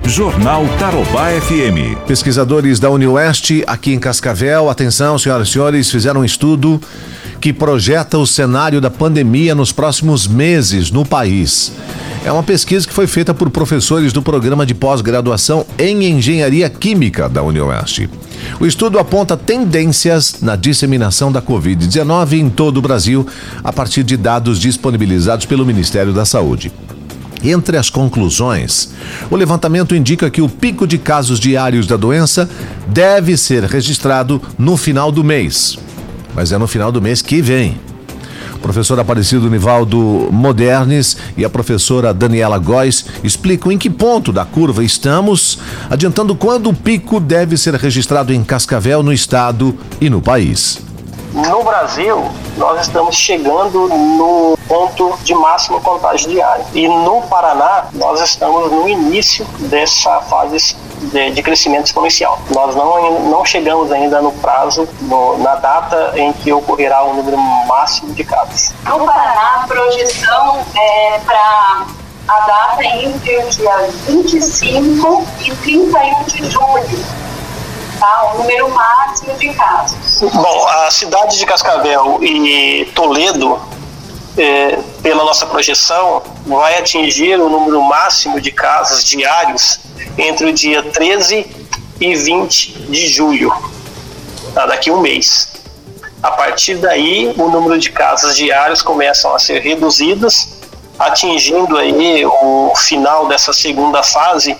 Jornal Tarobá FM. Pesquisadores da UniOeste, aqui em Cascavel, atenção, senhoras e senhores, fizeram um estudo que projeta o cenário da pandemia nos próximos meses no país. É uma pesquisa que foi feita por professores do programa de pós-graduação em Engenharia Química da UniOeste. O estudo aponta tendências na disseminação da Covid-19 em todo o Brasil, a partir de dados disponibilizados pelo Ministério da Saúde. Entre as conclusões, o levantamento indica que o pico de casos diários da doença deve ser registrado no final do mês. Mas é no final do mês que vem. O professor Aparecido Nivaldo Modernes e a professora Daniela Góes explicam em que ponto da curva estamos, adiantando quando o pico deve ser registrado em Cascavel, no estado e no país. No Brasil, nós estamos chegando no ponto de máxima contágio diária. E no Paraná, nós estamos no início dessa fase de crescimento exponencial. Nós não chegamos ainda no prazo, na data em que ocorrerá o número máximo de casos. No Paraná, a projeção é para a data entre o dia 25 e 31 de julho. Tá, o número máximo de casos. Bom, a cidade de Cascavel e Toledo, pela nossa projeção, vai atingir o número máximo de casos diários entre o dia 13 e 20 de julho, tá, daqui a um mês. A partir daí, o número de casos diários começam a ser reduzidos, atingindo aí o final dessa segunda fase,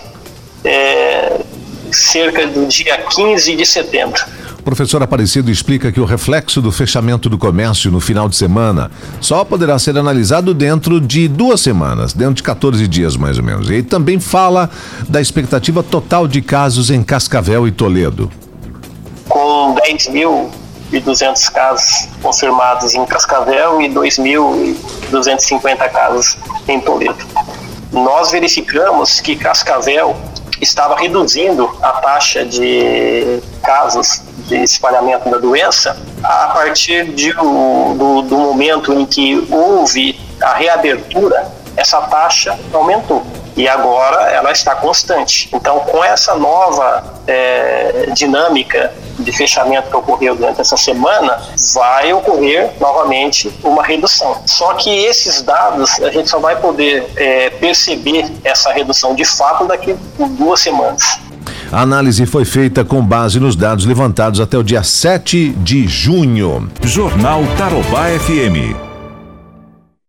cerca do dia 15 de setembro. O professor Aparecido explica que o reflexo do fechamento do comércio no final de semana só poderá ser analisado dentro de 2 semanas, dentro de 14 dias mais ou menos. E também fala da expectativa total de casos em Cascavel e Toledo. Com 10.200 casos confirmados em Cascavel e 2.250 casos em Toledo. Nós verificamos que Cascavel estava reduzindo a taxa de casos de espalhamento da doença a partir do momento em que houve a reabertura. Essa taxa aumentou e agora ela está constante. Então, com essa nova dinâmica de fechamento que ocorreu durante essa semana, vai ocorrer novamente uma redução. Só que esses dados, a gente só vai poder perceber essa redução de fato daqui a 2 semanas. A análise foi feita com base nos dados levantados até o dia 7 de junho. Jornal Tarobá FM.